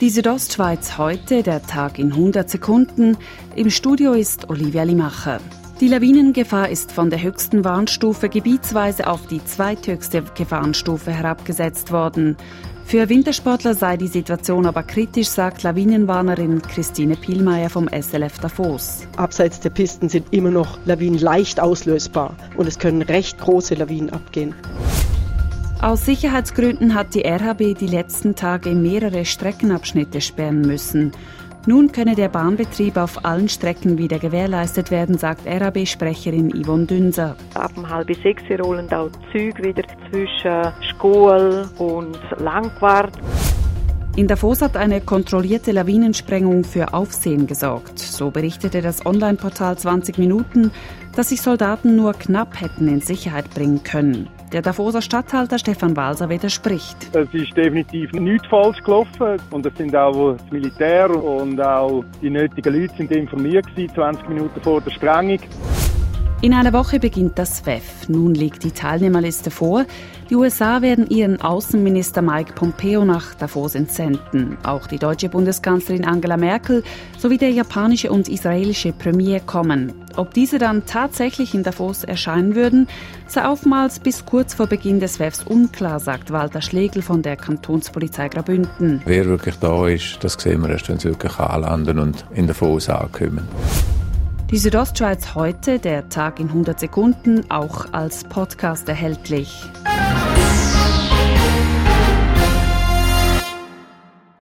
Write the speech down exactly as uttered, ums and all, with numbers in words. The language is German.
Die Südostschweiz heute, der Tag in hundert Sekunden. Im Studio ist Olivia Limacher. Die Lawinengefahr ist von der höchsten Warnstufe gebietsweise auf die zweithöchste Gefahrenstufe herabgesetzt worden. Für Wintersportler sei die Situation aber kritisch, sagt Lawinenwarnerin Christine Pielmeier vom S L F Davos. Abseits der Pisten sind immer noch Lawinen leicht auslösbar und es können recht große Lawinen abgehen. Aus Sicherheitsgründen hat die R H B die letzten Tage mehrere Streckenabschnitte sperren müssen. Nun könne der Bahnbetrieb auf allen Strecken wieder gewährleistet werden, sagt R H B-Sprecherin Yvonne Dünser. Ab um halb sechs rollen auch die Züge wieder zwischen Schkuhl und Langquart. In Davos hat eine kontrollierte Lawinensprengung für Aufsehen gesorgt. So berichtete das Online-Portal zwanzig Minuten, dass sich Soldaten nur knapp hätten in Sicherheit bringen können. Der Davoser Statthalter Stefan Walser widerspricht. Es ist definitiv nichts falsch gelaufen und es sind auch das Militär und auch die nötigen Leute sind informiert gewesen, zwanzig Minuten vor der Sprengung. In einer Woche beginnt das S W E F. Nun liegt die Teilnehmerliste vor. Die U S A werden ihren Außenminister Mike Pompeo nach Davos entsenden. Auch die deutsche Bundeskanzlerin Angela Merkel sowie der japanische und israelische Premier kommen. Ob diese dann tatsächlich in Davos erscheinen würden, sei oftmals bis kurz vor Beginn des S W E Fs unklar, sagt Walter Schlegel von der Kantonspolizei Graubünden. Wer wirklich da ist, das sehen wir erst, wenn sie wirklich anlanden und in Davos ankommen. Die Südostschweiz heute, der Tag in hundert Sekunden, auch als Podcast erhältlich.